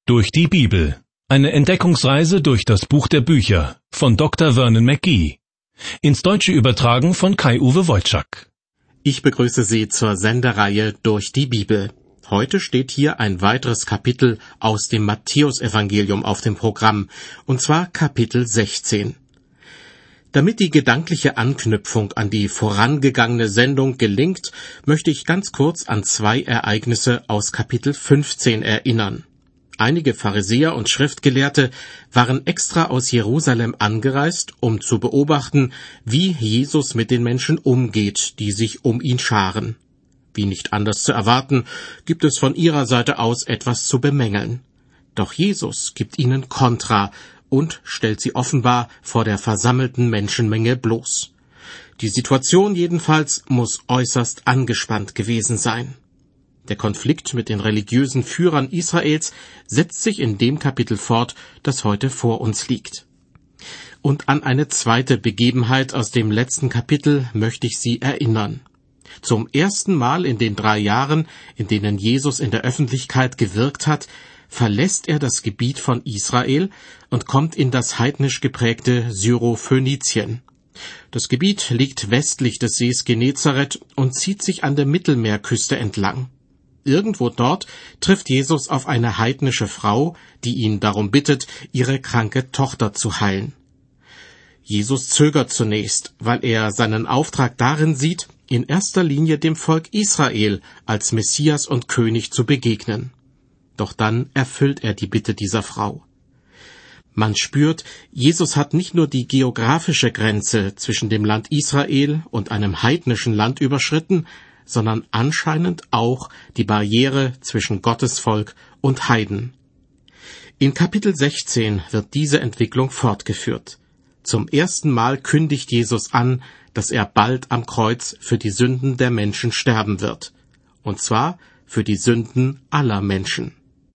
Durch die Bibel. Eine Entdeckungsreise durch das Buch der Bücher von Dr. Vernon McGee. Ins Deutsche übertragen von Kai-Uwe Wojczak. Ich begrüße Sie zur Sendereihe Durch die Bibel. Heute steht hier ein weiteres Kapitel aus dem Matthäusevangelium auf dem Programm, und zwar Kapitel 16. Damit die gedankliche Anknüpfung an die vorangegangene Sendung gelingt, möchte ich ganz kurz an zwei Ereignisse aus Kapitel 15 erinnern. Einige Pharisäer und Schriftgelehrte waren extra aus Jerusalem angereist, um zu beobachten, wie Jesus mit den Menschen umgeht, die sich um ihn scharen. Wie nicht anders zu erwarten, gibt es von ihrer Seite aus etwas zu bemängeln. Doch Jesus gibt ihnen Kontra und stellt sie offenbar vor der versammelten Menschenmenge bloß. Die Situation jedenfalls muss äußerst angespannt gewesen sein. Der Konflikt mit den religiösen Führern Israels setzt sich in dem Kapitel fort, das heute vor uns liegt. Und an eine zweite Begebenheit aus dem letzten Kapitel möchte ich Sie erinnern. Zum ersten Mal in den 3 Jahren, in denen Jesus in der Öffentlichkeit gewirkt hat, verlässt er das Gebiet von Israel und kommt in das heidnisch geprägte Syrophönizien. Das Gebiet liegt westlich des Sees Genezareth und zieht sich an der Mittelmeerküste entlang. Irgendwo dort trifft Jesus auf eine heidnische Frau, die ihn darum bittet, ihre kranke Tochter zu heilen. Jesus zögert zunächst, weil er seinen Auftrag darin sieht, in erster Linie dem Volk Israel als Messias und König zu begegnen. Doch dann erfüllt er die Bitte dieser Frau. Man spürt, Jesus hat nicht nur die geografische Grenze zwischen dem Land Israel und einem heidnischen Land überschritten, sondern anscheinend auch die Barriere zwischen Gottes Volk und Heiden. In Kapitel 16 wird diese Entwicklung fortgeführt. Zum ersten Mal kündigt Jesus an, dass er bald am Kreuz für die Sünden der Menschen sterben wird. Und zwar für die Sünden aller Menschen.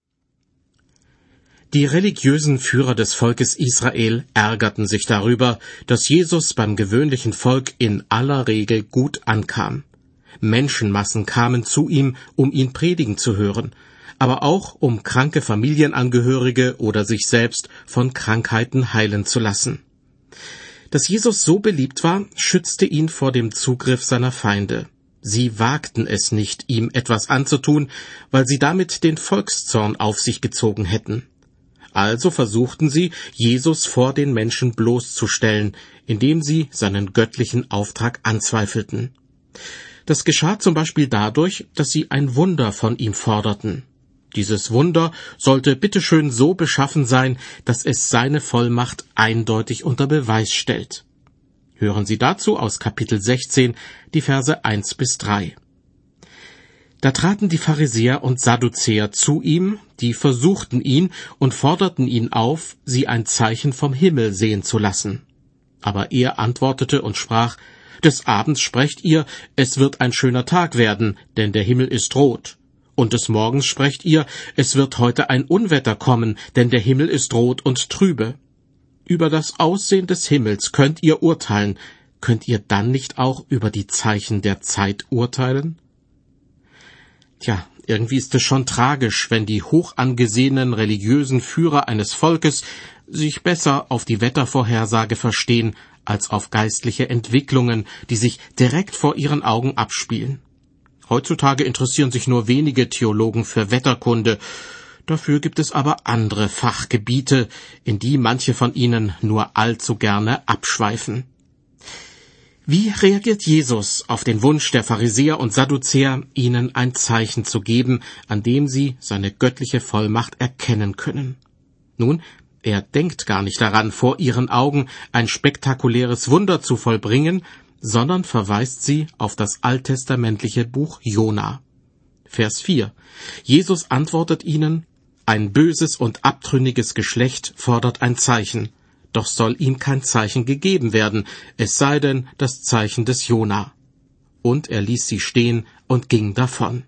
Die religiösen Führer des Volkes Israel ärgerten sich darüber, dass Jesus beim gewöhnlichen Volk in aller Regel gut ankam. Menschenmassen kamen zu ihm, um ihn predigen zu hören, aber auch um kranke Familienangehörige oder sich selbst von Krankheiten heilen zu lassen. Dass Jesus so beliebt war, schützte ihn vor dem Zugriff seiner Feinde. Sie wagten es nicht, ihm etwas anzutun, weil sie damit den Volkszorn auf sich gezogen hätten. Also versuchten sie, Jesus vor den Menschen bloßzustellen, indem sie seinen göttlichen Auftrag anzweifelten. Das geschah zum Beispiel dadurch, dass sie ein Wunder von ihm forderten. Dieses Wunder sollte bitteschön so beschaffen sein, dass es seine Vollmacht eindeutig unter Beweis stellt. Hören Sie dazu aus Kapitel 16 die Verse 1-3. Da traten die Pharisäer und Sadduzäer zu ihm, die versuchten ihn und forderten ihn auf, sie ein Zeichen vom Himmel sehen zu lassen. Aber er antwortete und sprach: Des Abends sprecht ihr, es wird ein schöner Tag werden, denn der Himmel ist rot. Und des Morgens sprecht ihr, es wird heute ein Unwetter kommen, denn der Himmel ist rot und trübe. Über das Aussehen des Himmels könnt ihr urteilen, könnt ihr dann nicht auch über die Zeichen der Zeit urteilen? Tja, irgendwie ist es schon tragisch, wenn die hoch angesehenen religiösen Führer eines Volkes sich besser auf die Wettervorhersage verstehen, als auf geistliche Entwicklungen, die sich direkt vor ihren Augen abspielen. Heutzutage interessieren sich nur wenige Theologen für Wetterkunde. Dafür gibt es aber andere Fachgebiete, in die manche von ihnen nur allzu gerne abschweifen. Wie reagiert Jesus auf den Wunsch der Pharisäer und Sadduzäer, ihnen ein Zeichen zu geben, an dem sie seine göttliche Vollmacht erkennen können? Nun, er denkt gar nicht daran, vor ihren Augen ein spektakuläres Wunder zu vollbringen, sondern verweist sie auf das alttestamentliche Buch Jona. Vers 4. Jesus antwortet ihnen: Ein böses und abtrünniges Geschlecht fordert ein Zeichen, doch soll ihm kein Zeichen gegeben werden, es sei denn das Zeichen des Jona. Und er ließ sie stehen und ging davon.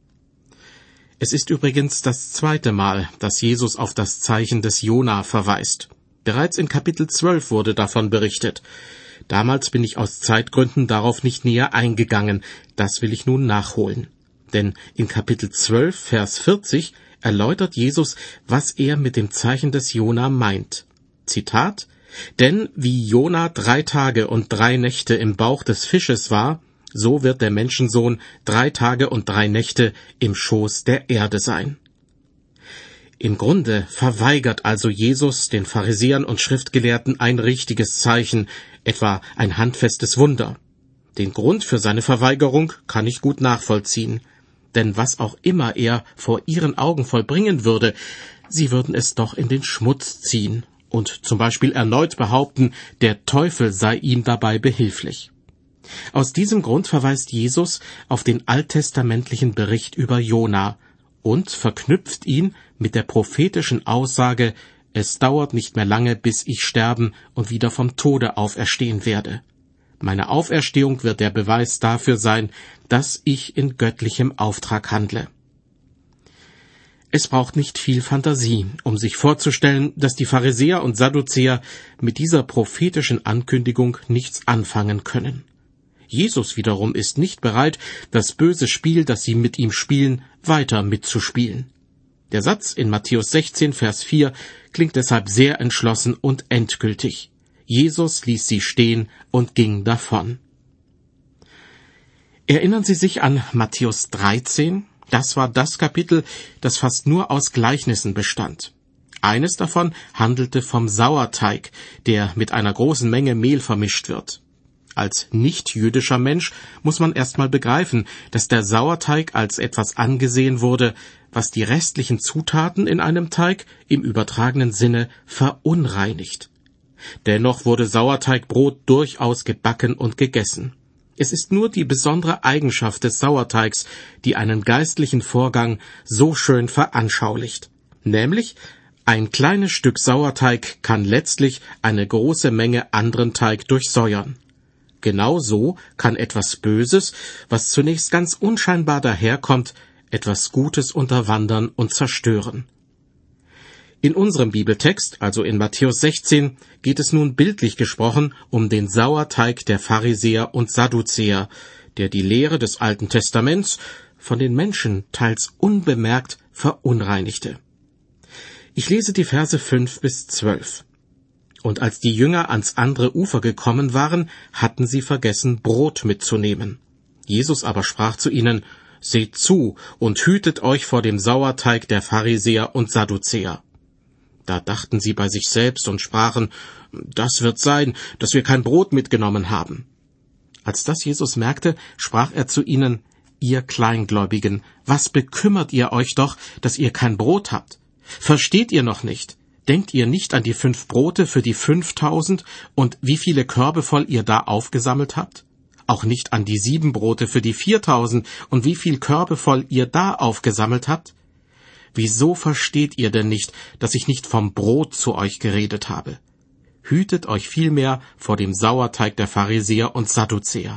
Es ist übrigens das 2. Mal, dass Jesus auf das Zeichen des Jona verweist. Bereits in Kapitel 12 wurde davon berichtet. Damals bin ich aus Zeitgründen darauf nicht näher eingegangen, das will ich nun nachholen. Denn in Kapitel 12, Vers 40 erläutert Jesus, was er mit dem Zeichen des Jona meint. Zitat: »Denn wie Jona 3 Tage und 3 Nächte im Bauch des Fisches war, so wird der Menschensohn 3 Tage und 3 Nächte im Schoß der Erde sein.« Im Grunde verweigert also Jesus den Pharisäern und Schriftgelehrten ein richtiges Zeichen, etwa ein handfestes Wunder. Den Grund für seine Verweigerung kann ich gut nachvollziehen. Denn was auch immer er vor ihren Augen vollbringen würde, sie würden es doch in den Schmutz ziehen und zum Beispiel erneut behaupten, der Teufel sei ihm dabei behilflich. Aus diesem Grund verweist Jesus auf den alttestamentlichen Bericht über Jona und verknüpft ihn mit der prophetischen Aussage, es dauert nicht mehr lange, bis ich sterben und wieder vom Tode auferstehen werde. Meine Auferstehung wird der Beweis dafür sein, dass ich in göttlichem Auftrag handle. Es braucht nicht viel Fantasie, um sich vorzustellen, dass die Pharisäer und Sadduzäer mit dieser prophetischen Ankündigung nichts anfangen können. Jesus wiederum ist nicht bereit, das böse Spiel, das sie mit ihm spielen, weiter mitzuspielen. Der Satz in Matthäus 16, Vers 4 klingt deshalb sehr entschlossen und endgültig. Jesus ließ sie stehen und ging davon. Erinnern Sie sich an Matthäus 13? Das war das Kapitel, das fast nur aus Gleichnissen bestand. Eines davon handelte vom Sauerteig, der mit einer großen Menge Mehl vermischt wird. Als nicht-jüdischer Mensch muss man erstmal begreifen, dass der Sauerteig als etwas angesehen wurde, was die restlichen Zutaten in einem Teig im übertragenen Sinne verunreinigt. Dennoch wurde Sauerteigbrot durchaus gebacken und gegessen. Es ist nur die besondere Eigenschaft des Sauerteigs, die einen geistlichen Vorgang so schön veranschaulicht. Nämlich, ein kleines Stück Sauerteig kann letztlich eine große Menge anderen Teig durchsäuern. Genau so kann etwas Böses, was zunächst ganz unscheinbar daherkommt, etwas Gutes unterwandern und zerstören. In unserem Bibeltext, also in Matthäus 16, geht es nun bildlich gesprochen um den Sauerteig der Pharisäer und Sadduzäer, der die Lehre des Alten Testaments von den Menschen teils unbemerkt verunreinigte. Ich lese die Verse 5 bis 12. Und als die Jünger ans andere Ufer gekommen waren, hatten sie vergessen, Brot mitzunehmen. Jesus aber sprach zu ihnen: Seht zu und hütet euch vor dem Sauerteig der Pharisäer und Sadduzäer. Da dachten sie bei sich selbst und sprachen: Das wird sein, dass wir kein Brot mitgenommen haben. Als das Jesus merkte, sprach er zu ihnen: Ihr Kleingläubigen, was bekümmert ihr euch doch, dass ihr kein Brot habt? Versteht ihr noch nicht? Denkt ihr nicht an die 5 Brote für die 5.000 und wie viele Körbe voll ihr da aufgesammelt habt? Auch nicht an die 7 Brote für die 4.000 und wie viel Körbe voll ihr da aufgesammelt habt? Wieso versteht ihr denn nicht, dass ich nicht vom Brot zu euch geredet habe? Hütet euch vielmehr vor dem Sauerteig der Pharisäer und Sadduzäer.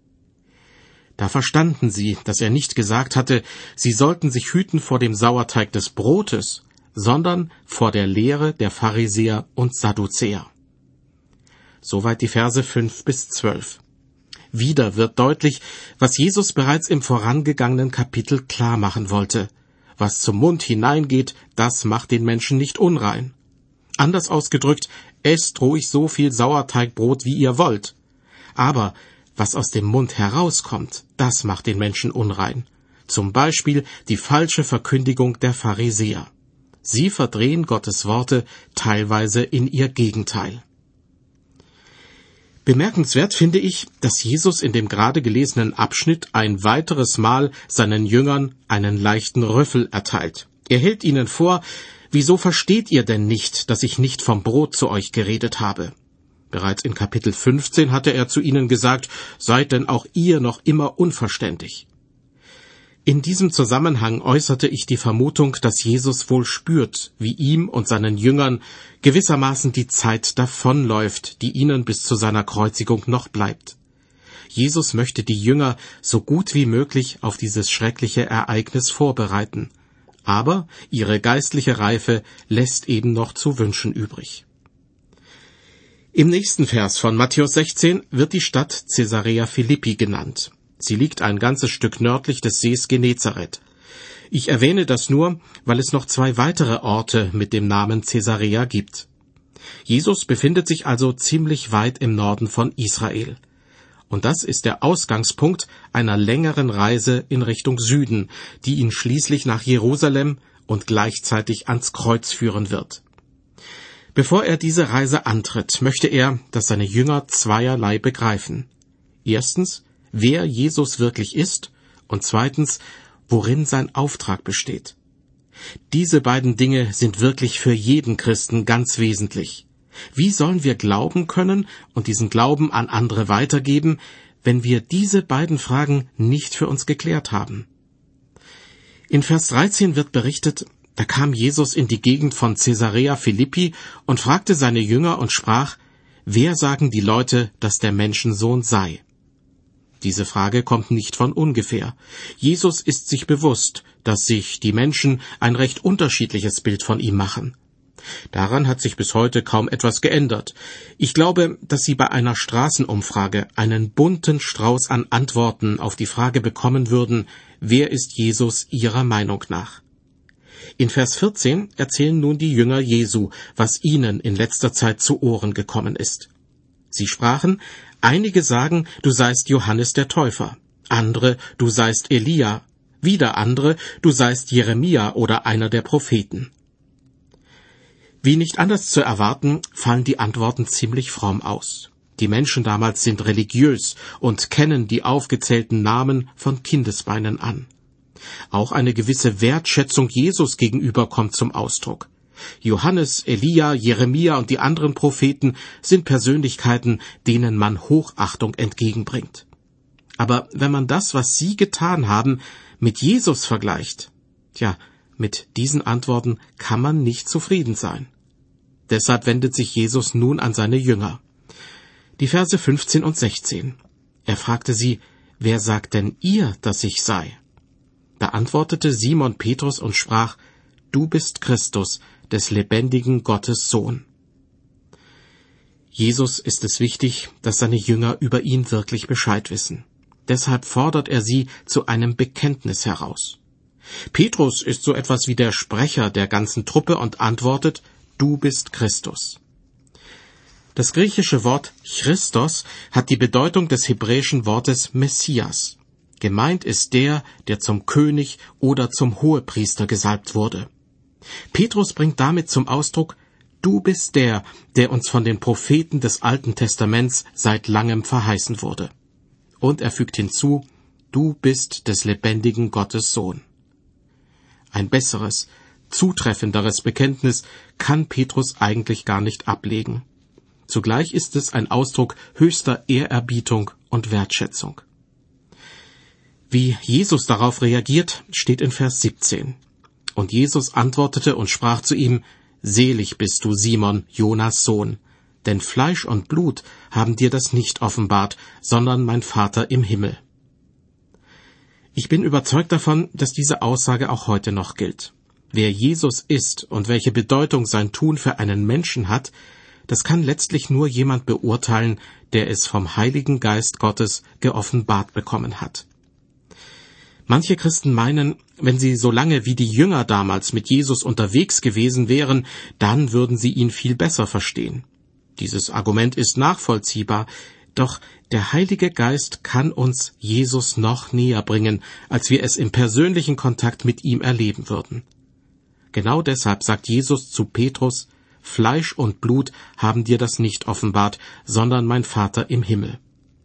Da verstanden sie, dass er nicht gesagt hatte, sie sollten sich hüten vor dem Sauerteig des Brotes, sondern vor der Lehre der Pharisäer und Sadduzäer. Soweit die Verse 5 bis 12. Wieder wird deutlich, was Jesus bereits im vorangegangenen Kapitel klar machen wollte. Was zum Mund hineingeht, das macht den Menschen nicht unrein. Anders ausgedrückt, esst ruhig so viel Sauerteigbrot, wie ihr wollt. Aber was aus dem Mund herauskommt, das macht den Menschen unrein. Zum Beispiel die falsche Verkündigung der Pharisäer. Sie verdrehen Gottes Worte teilweise in ihr Gegenteil. Bemerkenswert finde ich, dass Jesus in dem gerade gelesenen Abschnitt ein weiteres Mal seinen Jüngern einen leichten Rüffel erteilt. Er hält ihnen vor: Wieso versteht ihr denn nicht, dass ich nicht vom Brot zu euch geredet habe? Bereits in Kapitel 15 hatte er zu ihnen gesagt: Seid denn auch ihr noch immer unverständig? In diesem Zusammenhang äußerte ich die Vermutung, dass Jesus wohl spürt, wie ihm und seinen Jüngern gewissermaßen die Zeit davonläuft, die ihnen bis zu seiner Kreuzigung noch bleibt. Jesus möchte die Jünger so gut wie möglich auf dieses schreckliche Ereignis vorbereiten, aber ihre geistliche Reife lässt eben noch zu wünschen übrig. Im nächsten Vers von Matthäus 16 wird die Stadt Caesarea Philippi genannt. Sie liegt ein ganzes Stück nördlich des Sees Genezareth. Ich erwähne das nur, weil es noch 2 weitere Orte mit dem Namen Caesarea gibt. Jesus befindet sich also ziemlich weit im Norden von Israel. Und das ist der Ausgangspunkt einer längeren Reise in Richtung Süden, die ihn schließlich nach Jerusalem und gleichzeitig ans Kreuz führen wird. Bevor er diese Reise antritt, möchte er, dass seine Jünger zweierlei begreifen. Erstens, wer Jesus wirklich ist, und zweitens, worin sein Auftrag besteht. Diese beiden Dinge sind wirklich für jeden Christen ganz wesentlich. Wie sollen wir glauben können und diesen Glauben an andere weitergeben, wenn wir diese beiden Fragen nicht für uns geklärt haben? In Vers 13 wird berichtet, da kam Jesus in die Gegend von Caesarea Philippi und fragte seine Jünger und sprach, wer sagen die Leute, dass der Menschensohn sei? Diese Frage kommt nicht von ungefähr. Jesus ist sich bewusst, dass sich die Menschen ein recht unterschiedliches Bild von ihm machen. Daran hat sich bis heute kaum etwas geändert. Ich glaube, dass Sie bei einer Straßenumfrage einen bunten Strauß an Antworten auf die Frage bekommen würden, wer ist Jesus Ihrer Meinung nach? In Vers 14 erzählen nun die Jünger Jesu, was ihnen in letzter Zeit zu Ohren gekommen ist. Sie sprachen, einige sagen, du seist Johannes der Täufer, andere, du seist Elia, wieder andere, du seist Jeremia oder einer der Propheten. Wie nicht anders zu erwarten, fallen die Antworten ziemlich fromm aus. Die Menschen damals sind religiös und kennen die aufgezählten Namen von Kindesbeinen an. Auch eine gewisse Wertschätzung Jesus gegenüber kommt zum Ausdruck. Johannes, Elia, Jeremia und die anderen Propheten sind Persönlichkeiten, denen man Hochachtung entgegenbringt. Aber wenn man das, was sie getan haben, mit Jesus vergleicht, mit diesen Antworten kann man nicht zufrieden sein. Deshalb wendet sich Jesus nun an seine Jünger. Die Verse 15 und 16. Er fragte sie, wer sagt denn ihr, dass ich sei? Da antwortete Simon Petrus und sprach, du bist Christus, des lebendigen Gottes Sohn. Jesus ist es wichtig, dass seine Jünger über ihn wirklich Bescheid wissen. Deshalb fordert er sie zu einem Bekenntnis heraus. Petrus ist so etwas wie der Sprecher der ganzen Truppe und antwortet, du bist Christus. Das griechische Wort Christos hat die Bedeutung des hebräischen Wortes Messias. Gemeint ist der zum König oder zum Hohepriester gesalbt wurde. Petrus bringt damit zum Ausdruck, du bist der uns von den Propheten des Alten Testaments seit langem verheißen wurde. Und er fügt hinzu, du bist des lebendigen Gottes Sohn. Ein besseres, zutreffenderes Bekenntnis kann Petrus eigentlich gar nicht ablegen. Zugleich ist es ein Ausdruck höchster Ehrerbietung und Wertschätzung. Wie Jesus darauf reagiert, steht in Vers 17. Und Jesus antwortete und sprach zu ihm, selig bist du, Simon, Jonas Sohn, denn Fleisch und Blut haben dir das nicht offenbart, sondern mein Vater im Himmel. Ich bin überzeugt davon, dass diese Aussage auch heute noch gilt. Wer Jesus ist und welche Bedeutung sein Tun für einen Menschen hat, das kann letztlich nur jemand beurteilen, der es vom Heiligen Geist Gottes geoffenbart bekommen hat. Manche Christen meinen, wenn sie so lange wie die Jünger damals mit Jesus unterwegs gewesen wären, dann würden sie ihn viel besser verstehen. Dieses Argument ist nachvollziehbar, doch der Heilige Geist kann uns Jesus noch näher bringen, als wir es im persönlichen Kontakt mit ihm erleben würden. Genau deshalb sagt Jesus zu Petrus, Fleisch und Blut haben dir das nicht offenbart, sondern mein Vater im Himmel.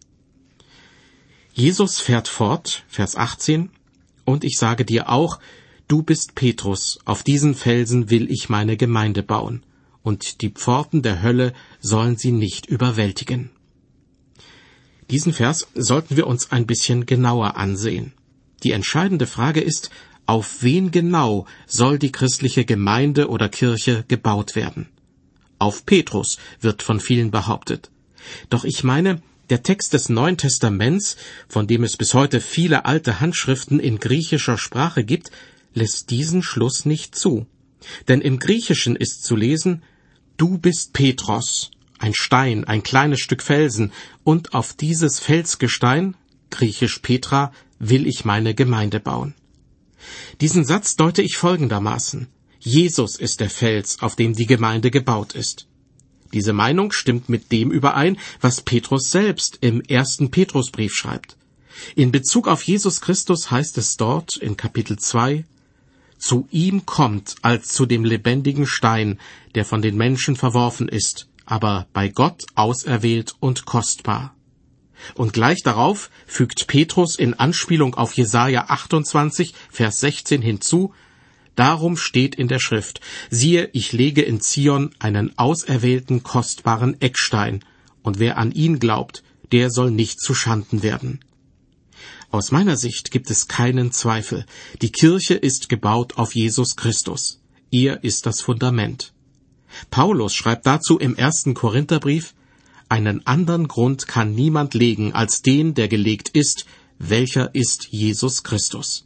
Jesus fährt fort, Vers 18, und ich sage dir auch, du bist Petrus, auf diesen Felsen will ich meine Gemeinde bauen, und die Pforten der Hölle sollen sie nicht überwältigen. Diesen Vers sollten wir uns ein bisschen genauer ansehen. Die entscheidende Frage ist, auf wen genau soll die christliche Gemeinde oder Kirche gebaut werden? Auf Petrus wird von vielen behauptet. Doch ich meine, der Text des Neuen Testaments, von dem es bis heute viele alte Handschriften in griechischer Sprache gibt, lässt diesen Schluss nicht zu. Denn im Griechischen ist zu lesen, du bist Petros, ein Stein, ein kleines Stück Felsen, und auf dieses Felsgestein, griechisch Petra, will ich meine Gemeinde bauen. Diesen Satz deute ich folgendermaßen: Jesus ist der Fels, auf dem die Gemeinde gebaut ist. Diese Meinung stimmt mit dem überein, was Petrus selbst im 1. Petrusbrief schreibt. In Bezug auf Jesus Christus heißt es dort in Kapitel 2: Zu ihm kommt als zu dem lebendigen Stein, der von den Menschen verworfen ist, aber bei Gott auserwählt und kostbar. Und gleich darauf fügt Petrus in Anspielung auf Jesaja 28, Vers 16 hinzu: Darum steht in der Schrift: Siehe, ich lege in Zion einen auserwählten, kostbaren Eckstein, und wer an ihn glaubt, der soll nicht zuschanden werden. Aus meiner Sicht gibt es keinen Zweifel. Die Kirche ist gebaut auf Jesus Christus. Er ist das Fundament. Paulus schreibt dazu im 1. Korintherbrief: Einen anderen Grund kann niemand legen als den, der gelegt ist, welcher ist Jesus Christus.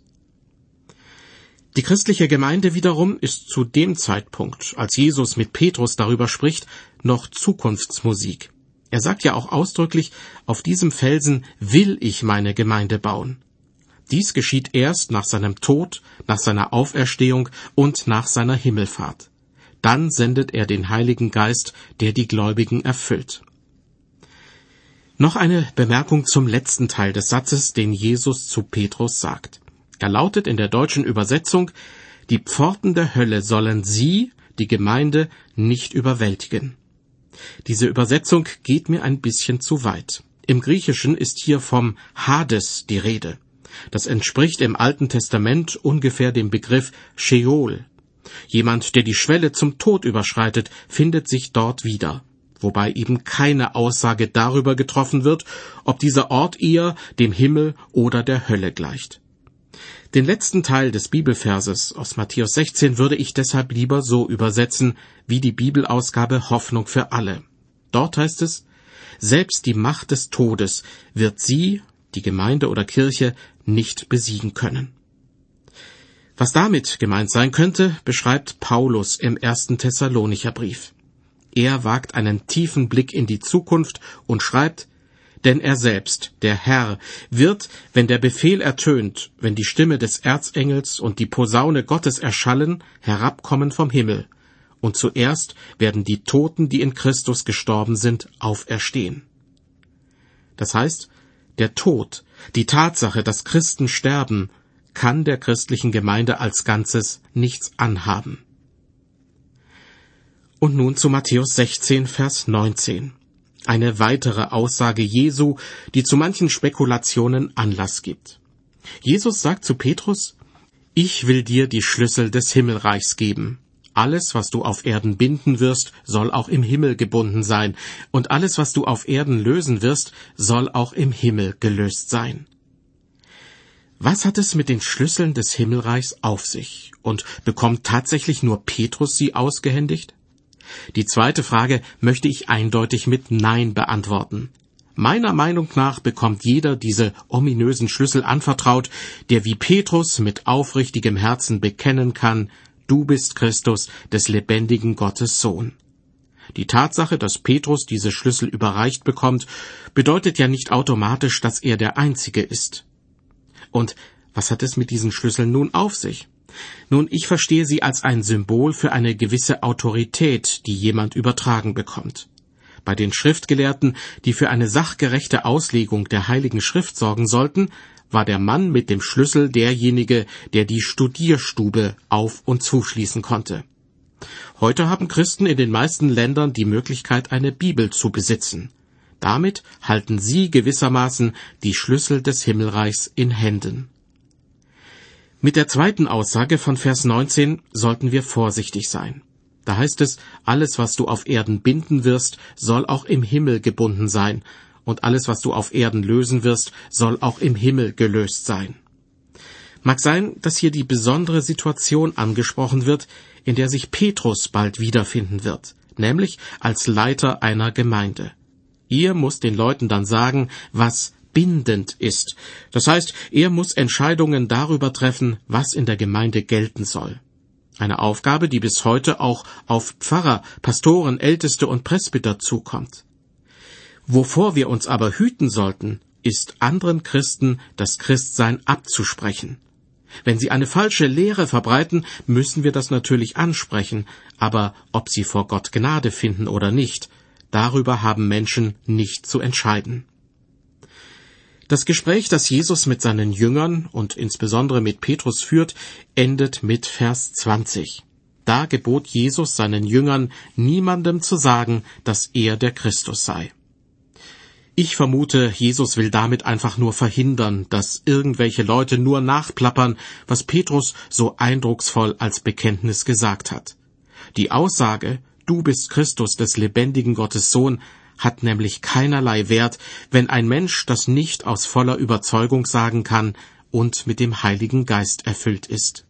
Die christliche Gemeinde wiederum ist zu dem Zeitpunkt, als Jesus mit Petrus darüber spricht, noch Zukunftsmusik. Er sagt ja auch ausdrücklich: Auf diesem Felsen will ich meine Gemeinde bauen. Dies geschieht erst nach seinem Tod, nach seiner Auferstehung und nach seiner Himmelfahrt. Dann sendet er den Heiligen Geist, der die Gläubigen erfüllt. Noch eine Bemerkung zum letzten Teil des Satzes, den Jesus zu Petrus sagt. Er lautet in der deutschen Übersetzung: Die Pforten der Hölle sollen sie, die Gemeinde, nicht überwältigen. Diese Übersetzung geht mir ein bisschen zu weit. Im Griechischen ist hier vom Hades die Rede. Das entspricht im Alten Testament ungefähr dem Begriff Sheol. Jemand, der die Schwelle zum Tod überschreitet, findet sich dort wieder, wobei eben keine Aussage darüber getroffen wird, ob dieser Ort eher dem Himmel oder der Hölle gleicht. Den letzten Teil des Bibelverses aus Matthäus 16 würde ich deshalb lieber so übersetzen wie die Bibelausgabe Hoffnung für alle. Dort heißt es: Selbst die Macht des Todes wird sie, die Gemeinde oder Kirche, nicht besiegen können. Was damit gemeint sein könnte, beschreibt Paulus im 1. Thessalonicher Brief. Er wagt einen tiefen Blick in die Zukunft und schreibt: Denn er selbst, der Herr, wird, wenn der Befehl ertönt, wenn die Stimme des Erzengels und die Posaune Gottes erschallen, herabkommen vom Himmel. Und zuerst werden die Toten, die in Christus gestorben sind, auferstehen. Das heißt, der Tod, die Tatsache, dass Christen sterben, kann der christlichen Gemeinde als Ganzes nichts anhaben. Und nun zu Matthäus 16, Vers 19. Eine weitere Aussage Jesu, die zu manchen Spekulationen Anlass gibt. Jesus sagt zu Petrus: Ich will dir die Schlüssel des Himmelreichs geben. Alles, was du auf Erden binden wirst, soll auch im Himmel gebunden sein, und alles, was du auf Erden lösen wirst, soll auch im Himmel gelöst sein. Was hat es mit den Schlüsseln des Himmelreichs auf sich? Und bekommt tatsächlich nur Petrus sie ausgehändigt? Die zweite Frage möchte ich eindeutig mit Nein beantworten. Meiner Meinung nach bekommt jeder diese ominösen Schlüssel anvertraut, der wie Petrus mit aufrichtigem Herzen bekennen kann: Du bist Christus, des lebendigen Gottes Sohn. Die Tatsache, dass Petrus diese Schlüssel überreicht bekommt, bedeutet ja nicht automatisch, dass er der Einzige ist. Und was hat es mit diesen Schlüsseln nun auf sich? Nun, ich verstehe sie als ein Symbol für eine gewisse Autorität, die jemand übertragen bekommt. Bei den Schriftgelehrten, die für eine sachgerechte Auslegung der Heiligen Schrift sorgen sollten, war der Mann mit dem Schlüssel derjenige, der die Studierstube auf- und zuschließen konnte. Heute haben Christen in den meisten Ländern die Möglichkeit, eine Bibel zu besitzen. Damit halten sie gewissermaßen die Schlüssel des Himmelreichs in Händen. Mit der zweiten Aussage von Vers 19 sollten wir vorsichtig sein. Da heißt es: Alles, was du auf Erden binden wirst, soll auch im Himmel gebunden sein, und alles, was du auf Erden lösen wirst, soll auch im Himmel gelöst sein. Mag sein, dass hier die besondere Situation angesprochen wird, in der sich Petrus bald wiederfinden wird, nämlich als Leiter einer Gemeinde. Er muss den Leuten dann sagen, was bindend ist. Das heißt, er muss Entscheidungen darüber treffen, was in der Gemeinde gelten soll. Eine Aufgabe, die bis heute auch auf Pfarrer, Pastoren, Älteste und Presbyter zukommt. Wovor wir uns aber hüten sollten, ist anderen Christen das Christsein abzusprechen. Wenn sie eine falsche Lehre verbreiten, müssen wir das natürlich ansprechen, aber ob sie vor Gott Gnade finden oder nicht, darüber haben Menschen nicht zu entscheiden. Das Gespräch, das Jesus mit seinen Jüngern und insbesondere mit Petrus führt, endet mit Vers 20. Da gebot Jesus seinen Jüngern, niemandem zu sagen, dass er der Christus sei. Ich vermute, Jesus will damit einfach nur verhindern, dass irgendwelche Leute nur nachplappern, was Petrus so eindrucksvoll als Bekenntnis gesagt hat. Die Aussage, du bist Christus des lebendigen Gottes Sohn, hat nämlich keinerlei Wert, wenn ein Mensch das nicht aus voller Überzeugung sagen kann und mit dem Heiligen Geist erfüllt ist.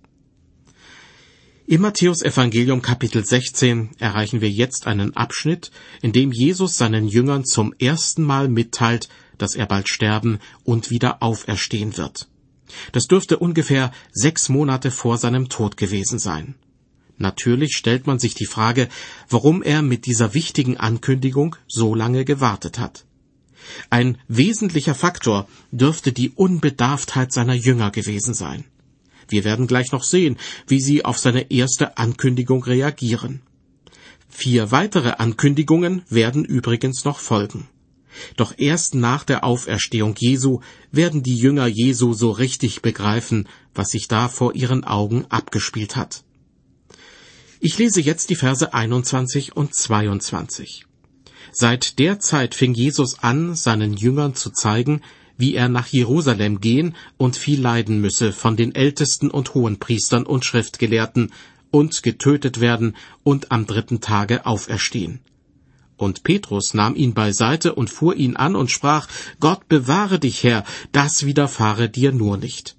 Im Matthäus-Evangelium Kapitel 16 erreichen wir jetzt einen Abschnitt, in dem Jesus seinen Jüngern zum ersten Mal mitteilt, dass er bald sterben und wieder auferstehen wird. Das dürfte ungefähr 6 Monate vor seinem Tod gewesen sein. Natürlich stellt man sich die Frage, warum er mit dieser wichtigen Ankündigung so lange gewartet hat. Ein wesentlicher Faktor dürfte die Unbedarftheit seiner Jünger gewesen sein. Wir werden gleich noch sehen, wie sie auf seine erste Ankündigung reagieren. 4 weitere Ankündigungen werden übrigens noch folgen. Doch erst nach der Auferstehung Jesu werden die Jünger Jesu so richtig begreifen, was sich da vor ihren Augen abgespielt hat. Ich lese jetzt die Verse 21 und 22. Seit der Zeit fing Jesus an, seinen Jüngern zu zeigen, wie er nach Jerusalem gehen und viel leiden müsse von den Ältesten und Hohenpriestern und Schriftgelehrten und getötet werden und am 3. Tage auferstehen. Und Petrus nahm ihn beiseite und fuhr ihn an und sprach, Gott bewahre dich, Herr, das widerfahre dir nur nicht.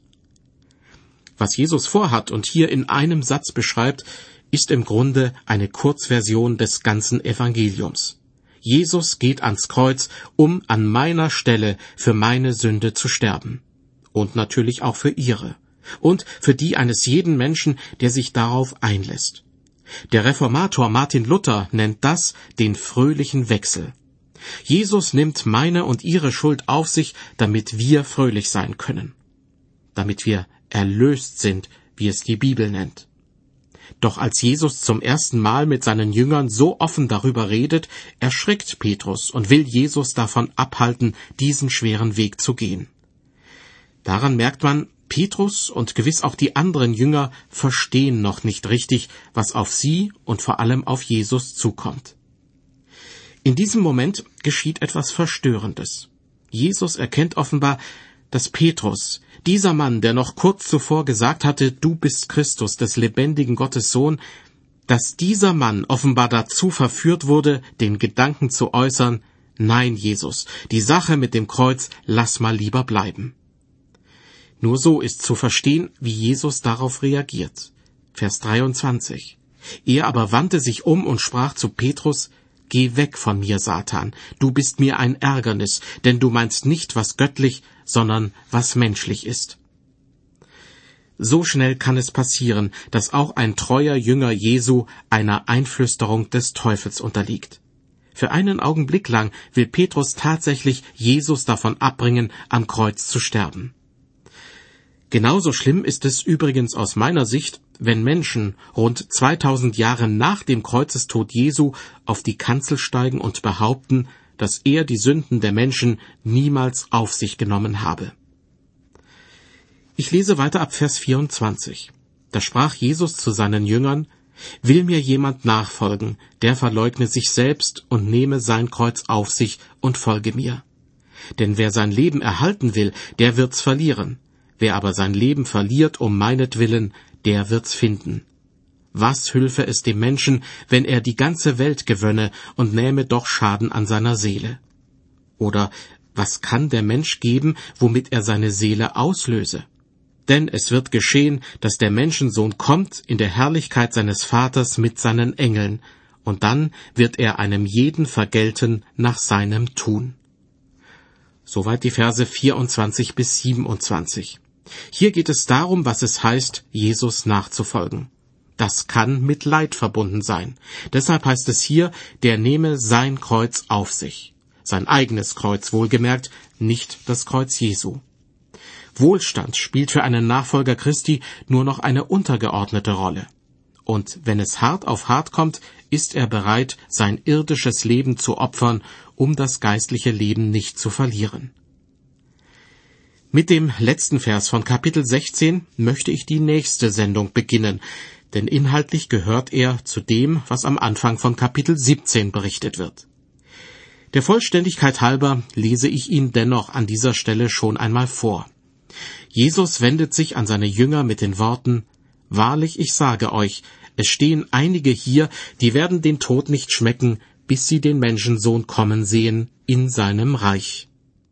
Was Jesus vorhat und hier in einem Satz beschreibt, ist im Grunde eine Kurzversion des ganzen Evangeliums. Jesus geht ans Kreuz, um an meiner Stelle für meine Sünde zu sterben. Und natürlich auch für ihre. Und für die eines jeden Menschen, der sich darauf einlässt. Der Reformator Martin Luther nennt das den fröhlichen Wechsel. Jesus nimmt meine und ihre Schuld auf sich, damit wir fröhlich sein können. Damit wir erlöst sind, wie es die Bibel nennt. Doch als Jesus zum ersten Mal mit seinen Jüngern so offen darüber redet, erschrickt Petrus und will Jesus davon abhalten, diesen schweren Weg zu gehen. Daran merkt man, Petrus und gewiss auch die anderen Jünger verstehen noch nicht richtig, was auf sie und vor allem auf Jesus zukommt. In diesem Moment geschieht etwas Verstörendes. Jesus erkennt offenbar, dass Petrus, dieser Mann, der noch kurz zuvor gesagt hatte, du bist Christus, des lebendigen Gottes Sohn, dass dieser Mann offenbar dazu verführt wurde, den Gedanken zu äußern, nein, Jesus, die Sache mit dem Kreuz, lass mal lieber bleiben. Nur so ist zu verstehen, wie Jesus darauf reagiert. Vers 23. Er aber wandte sich um und sprach zu Petrus, Geh weg von mir, Satan, du bist mir ein Ärgernis, denn du meinst nicht, was göttlich, sondern was menschlich ist. So schnell kann es passieren, dass auch ein treuer Jünger Jesu einer Einflüsterung des Teufels unterliegt. Für einen Augenblick lang will Petrus tatsächlich Jesus davon abbringen, am Kreuz zu sterben. Genauso schlimm ist es übrigens aus meiner Sicht, wenn Menschen rund 2000 Jahre nach dem Kreuzestod Jesu auf die Kanzel steigen und behaupten, dass er die Sünden der Menschen niemals auf sich genommen habe. Ich lese weiter ab Vers 24. Da sprach Jesus zu seinen Jüngern, Will mir jemand nachfolgen, der verleugne sich selbst und nehme sein Kreuz auf sich und folge mir. Denn wer sein Leben erhalten will, der wird's verlieren. Wer aber sein Leben verliert um meinetwillen, der wird's finden. Was hülfe es dem Menschen, wenn er die ganze Welt gewönne und nähme doch Schaden an seiner Seele? Oder was kann der Mensch geben, womit er seine Seele auslöse? Denn es wird geschehen, dass der Menschensohn kommt in der Herrlichkeit seines Vaters mit seinen Engeln, und dann wird er einem jeden vergelten nach seinem Tun. Soweit die Verse 24 bis 27. Hier geht es darum, was es heißt, Jesus nachzufolgen. Das kann mit Leid verbunden sein. Deshalb heißt es hier, der nehme sein Kreuz auf sich. Sein eigenes Kreuz, wohlgemerkt, nicht das Kreuz Jesu. Wohlstand spielt für einen Nachfolger Christi nur noch eine untergeordnete Rolle. Und wenn es hart auf hart kommt, ist er bereit, sein irdisches Leben zu opfern, um das geistliche Leben nicht zu verlieren. Mit dem letzten Vers von Kapitel 16 möchte ich die nächste Sendung beginnen, denn inhaltlich gehört er zu dem, was am Anfang von Kapitel 17 berichtet wird. Der Vollständigkeit halber lese ich ihn dennoch an dieser Stelle schon einmal vor. Jesus wendet sich an seine Jünger mit den Worten: Wahrlich, ich sage euch, es stehen einige hier, die werden den Tod nicht schmecken, bis sie den Menschensohn kommen sehen in seinem Reich.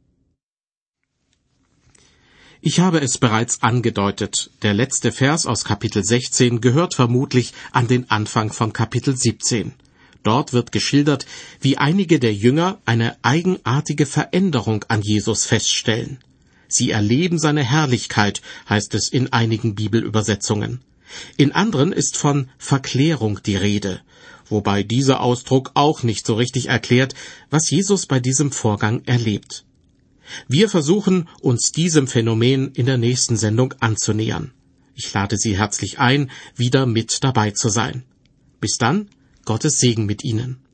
Ich habe es bereits angedeutet, der letzte Vers aus Kapitel 16 gehört vermutlich an den Anfang von Kapitel 17. Dort wird geschildert, wie einige der Jünger eine eigenartige Veränderung an Jesus feststellen. Sie erleben seine Herrlichkeit, heißt es in einigen Bibelübersetzungen. In anderen ist von Verklärung die Rede, wobei dieser Ausdruck auch nicht so richtig erklärt, was Jesus bei diesem Vorgang erlebt. Wir versuchen, uns diesem Phänomen in der nächsten Sendung anzunähern. Ich lade Sie herzlich ein, wieder mit dabei zu sein. Bis dann, Gottes Segen mit Ihnen.